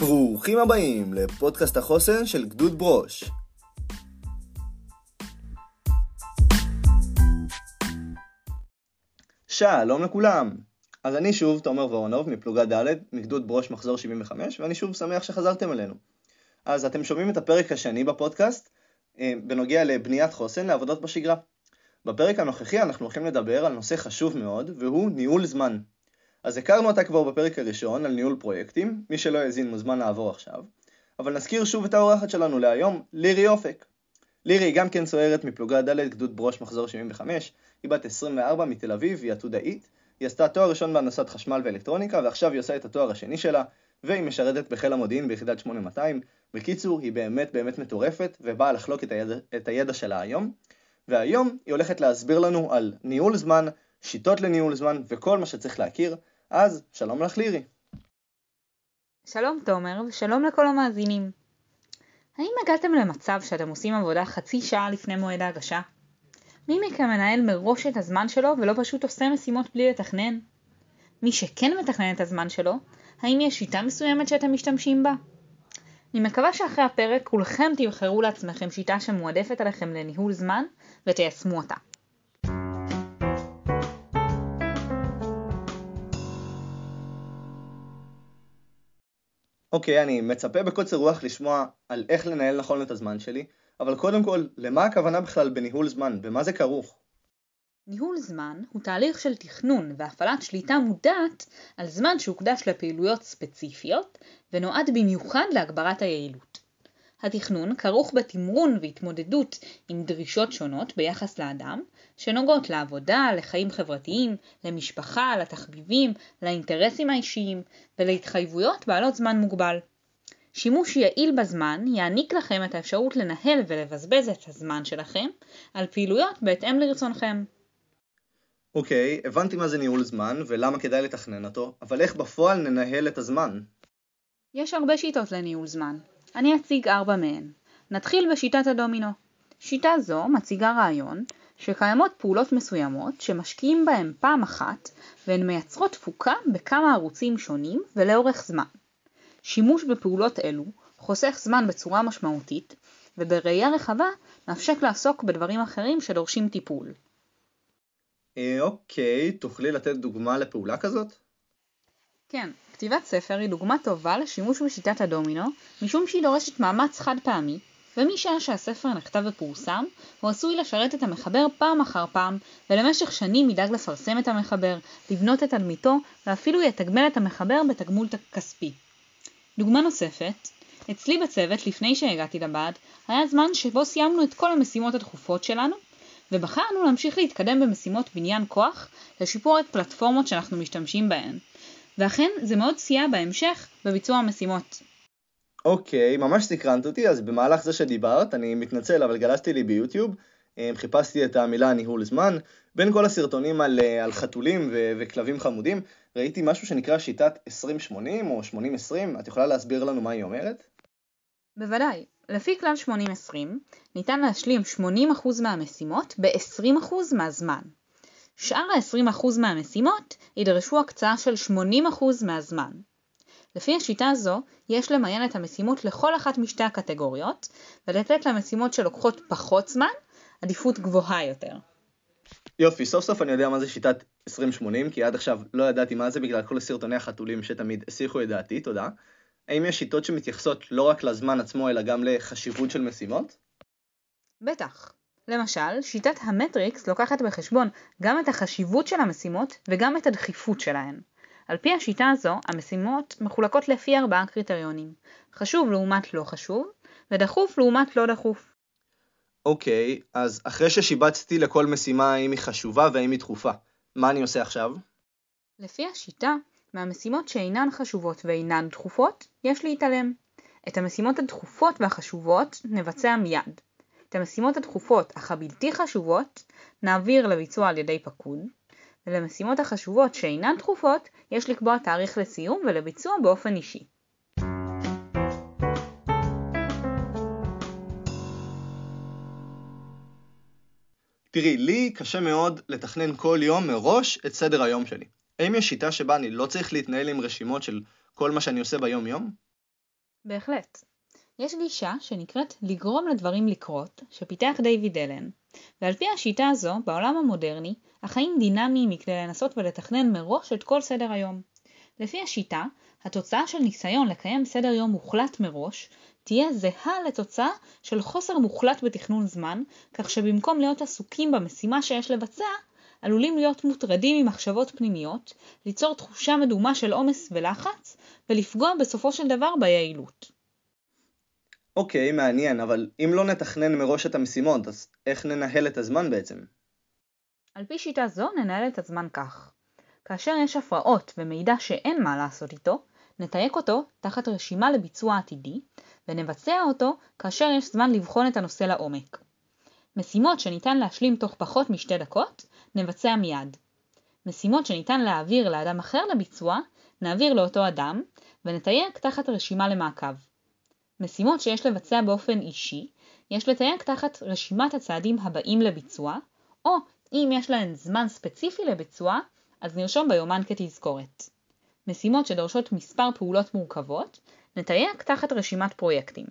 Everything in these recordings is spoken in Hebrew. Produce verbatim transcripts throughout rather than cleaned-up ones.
ברוכים הבאים לפודקאסט החוסן של גדוד ברוש. שלום לכולם. אז אני שוב תומר ואורנוב מפלוגה ד' מגדוד ברוש מחזור שבעים וחמש, ואני שוב שמח שחזרתם אלינו. אז אתם שומעים את הפרק השני בפודקאסט בנוגע לבניית חוסן לעבודות בשגרה. בפרק הנוכחי אנחנו הולכים לדבר על נושא חשוב מאוד, והוא ניהול זמן. אז הכרנו אותה כבר בפרק הראשון על ניהול פרויקטים, מי שלא יזין מוזמן לעבור עכשיו, אבל נזכיר שוב את האורחת שלנו להיום, לירי אופק. לירי היא גם כן סוערת מפלוגה ד' גדוד ברוש מחזור שבעים וחמש, היא בת עשרים וארבע מתל אביב, היא עתודאית, היא עשתה תואר ראשון בהנדסת חשמל ואלקטרוניקה, ועכשיו היא עושה את התואר השני שלה, והיא משרתת בחיל המודיעין ביחידת שמונה מאתיים. בקיצור, היא באמת באמת מטורפת, ובאה לחלוק את הידע, את הידע שלה היום, והיום היא הולכת להסביר לנו על ניהול זמן, שיטות לניהול זמן, וכל מה שצריך להכיר. אז שלום לך לירי. שלום תומר, ושלום לכל המאזינים. האם הגעתם למצב שאתם עושים עבודה חצי שעה לפני מועד ההגשה? מי מכם מנהל מראש את הזמן שלו ולא פשוט עושה משימות בלי לתכנן? מי שכן מתכנן את הזמן שלו, האם יש שיטה מסוימת שאתם משתמשים בה? אני מקווה שאחרי הפרק כולכם תבחרו לעצמכם שיטה שמועדפת עליכם לניהול זמן ותיישמו אותה. אוקיי, אני מצפה בקוצר רוח לשמוע על איך לנהל נכון את הזמן שלי, אבל קודם כל, למה הכוונה בכלל בניהול זמן? במה זה כרוך? ניהול זמן הוא תהליך של תכנון והפעלת שליטה מודעת על זמן שהוקדש לפעילויות ספציפיות ונועד במיוחד להגברת היעילות. התכנון כרוך בתמרון והתמודדות עם דרישות שונות ביחס לאדם, שנוגעות לעבודה, לחיים חברתיים, למשפחה, לתחביבים, לאינטרסים האישיים ולהתחייבויות בעלות זמן מוגבל. שימוש יעיל בזמן יעניק לכם את האפשרות לנהל ולבזבז את הזמן שלכם על פעילויות בהתאם לרצונכם. אוקיי, הבנתי מה זה ניהול זמן ולמה כדאי לתכנן אותו, אבל איך בפועל ננהל את הזמן? יש הרבה שיטות לניהול זמן. אני אציג ארבע מהן. נתחיל בשיטת הדומינו. שיטה זו מציגה רעיון שקיימות פעולות מסוימות שמשקיעים בהן פעם אחת והן מייצרות תפוקה בכמה ערוצים שונים ולאורך זמן. שימוש בפעולות אלו חוסך זמן בצורה משמעותית ובראייה רחבה מאפשר לעסוק בדברים אחרים שדורשים טיפול. אה, אוקיי, תוכלי לתת דוגמה לפעולה כזאת? כן, כתיבת ספר היא דוגמה טובה לשימוש בשיטת הדומינו, משום שהיא דורשת מאמץ חד פעמי, ומשעה שהספר נכתב ופורסם, הוא עשוי לשרת את המחבר פעם אחר פעם, ולמשך שנים ידאג לפרסם את המחבר, לבנות את תדמיתו, ואפילו יתגמל את המחבר בתגמול כספי. דוגמה נוספת, אצלי בצוות לפני שהגעתי לבד, היה זמן שבו סיימנו את כל המשימות הדחופות שלנו, ובחרנו להמשיך להתקדם במשימות בניין כוח, לשיפור את פלטפורמות שאנחנו משתמשים בהן. ואכן זה מאוד סייע בהמשך בביצוע המשימות. אוקיי, ממש סקרנת אותי, אז במהלך זה שדיברת, אני מתנצל, אבל גלשתי לי ביוטיוב, חיפשתי את המילה ניהול זמן, בין כל הסרטונים על, על חתולים ו- וכלבים חמודים, ראיתי משהו שנקרא שיטת עשרים שמונים או שמונים עשרים, את יכולה להסביר לנו מה היא אומרת? בוודאי, לפי כלל שמונים עשרים, ניתן להשלים שמונים אחוז מהמשימות ב-עשרים אחוז מהזמן. שאר ה-עשרים אחוז מהמשימות ידרשו הקצאה של שמונים אחוז מהזמן. לפי השיטה הזו, יש למיין את המשימות לכל אחת משתי הקטגוריות, ולתת למשימות שלוקחות פחות זמן, עדיפות גבוהה יותר. יופי, סוף סוף אני יודע מה זה שיטת עשרים שמונים, כי עד עכשיו לא ידעתי מה זה בגלל כל הסרטוני החתולים שתמיד הסיחו את דעתי, תודה. האם יש שיטות שמתייחסות לא רק לזמן עצמו, אלא גם לחשיבות של משימות? בטח. למשל, שיטת המטריקס לוקחת בחשבון גם את החשיבות של המשימות וגם את הדחיפות שלהן. על פי השיטה הזו, המשימות מחולקות לפי ארבעה קריטריונים. חשוב לעומת לא חשוב, ודחוף לעומת לא דחוף. אוקיי, אז אחרי ששיבצתי לכל משימה האם היא חשובה והאם היא דחופה, מה אני עושה עכשיו? לפי השיטה, מהמשימות שאינן חשובות ואינן דחופות, יש להתעלם. את המשימות הדחופות והחשובות נבצע מיד. את המשימות הדחופות אך הבלתי חשובות נעביר לביצוע על ידי פקוד, ולמשימות החשובות שאינן דחופות יש לקבוע תאריך לסיום ולביצוע באופן אישי. תראי, לי קשה מאוד לתכנן כל יום מראש את סדר היום שלי. האם יש שיטה שבה אני לא צריך להתנהל עם רשימות של כל מה שאני עושה ביום יום? בהחלט. יש גישה שנקראת לגרום לדברים לקרות, שפיתח דיוויד אלן, ועל פי השיטה הזו, בעולם המודרני, החיים דינמיים מכדי לנסות ולתכנן מראש את כל סדר היום. לפי השיטה, התוצאה של ניסיון לקיים סדר יום מוחלט מראש, תהיה זהה לתוצאה של חוסר מוחלט בתכנון זמן, כך שבמקום להיות עסוקים במשימה שיש לבצע, עלולים להיות מוטרדים ממחשבות פנימיות, ליצור תחושה מדומה של עומס ולחץ, ולפגוע בסופו של דבר ביעילות. אוקיי, מעניין, אבל אם לא נתכנן מראש את המשימות, אז איך ננהל את הזמן בעצם? על פי שיטה זו ננהל את הזמן כך. כאשר יש הפרעות ומידע שאין מה לעשות איתו, נתייק אותו תחת רשימה לביצוע עתידי, ונבצע אותו כאשר יש זמן לבחון את הנושא לעומק. משימות שניתן להשלים תוך פחות משתי דקות, נבצע מיד. משימות שניתן להעביר לאדם אחר לביצוע, נעביר לאותו אדם, ונתייק תחת רשימה למעקב. משימות שיש לבצע באופן אישי, יש לתייק תחת רשימת הצעדים הבאים לביצוע, או אם יש להן זמן ספציפי לביצוע, אז נרשום ביומן כתזכורת. משימות שדורשות מספר פעולות מורכבות, נתייק תחת רשימת פרויקטים.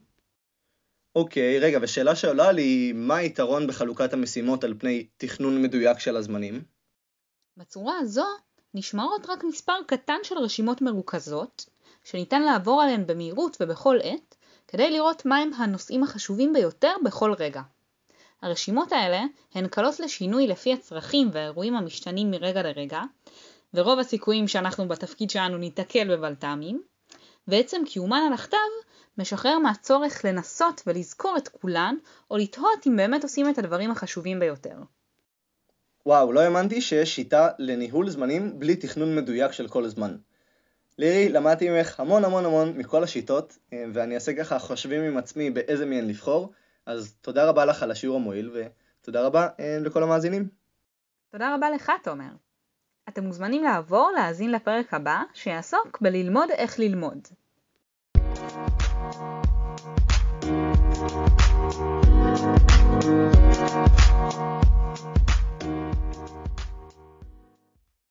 אוקיי, רגע, ושאלה שעולה לי, מה היתרון בחלוקת המשימות על פני תכנון מדויק של הזמנים? בצורה הזו נשמרות רק מספר קטן של רשימות מרוכזות, שניתן לעבור עליהן במהירות ובכל עת, כדי לראות מהם הנושאים החשובים ביותר בכל רגע. הרשימות האלה הן קלות לשינוי לפי הצרכים והאירועים המשתנים מרגע לרגע, ורוב הסיכויים שאנחנו בתפקיד שלנו ניתקל בבלת"מים, ועצם קיומן על הכתב משחרר מהצורך לנסות ולזכור את כולן, או לתהות אם באמת עושים את הדברים החשובים ביותר. וואו, לא האמנתי שיש שיטה לניהול זמנים בלי תכנון מדויק של כל הזמן. לירי, למדתי ממך המון המון המון מכל השיטות, ואני אעשה ככה חושבים עם עצמי באיזה מהן לבחור, אז תודה רבה לך על השיעור המועיל, ותודה רבה לכל המאזינים. תודה רבה לך, תומר. אתם מוזמנים לעבור להאזין לפרק הבא שיעסוק בללמוד איך ללמוד.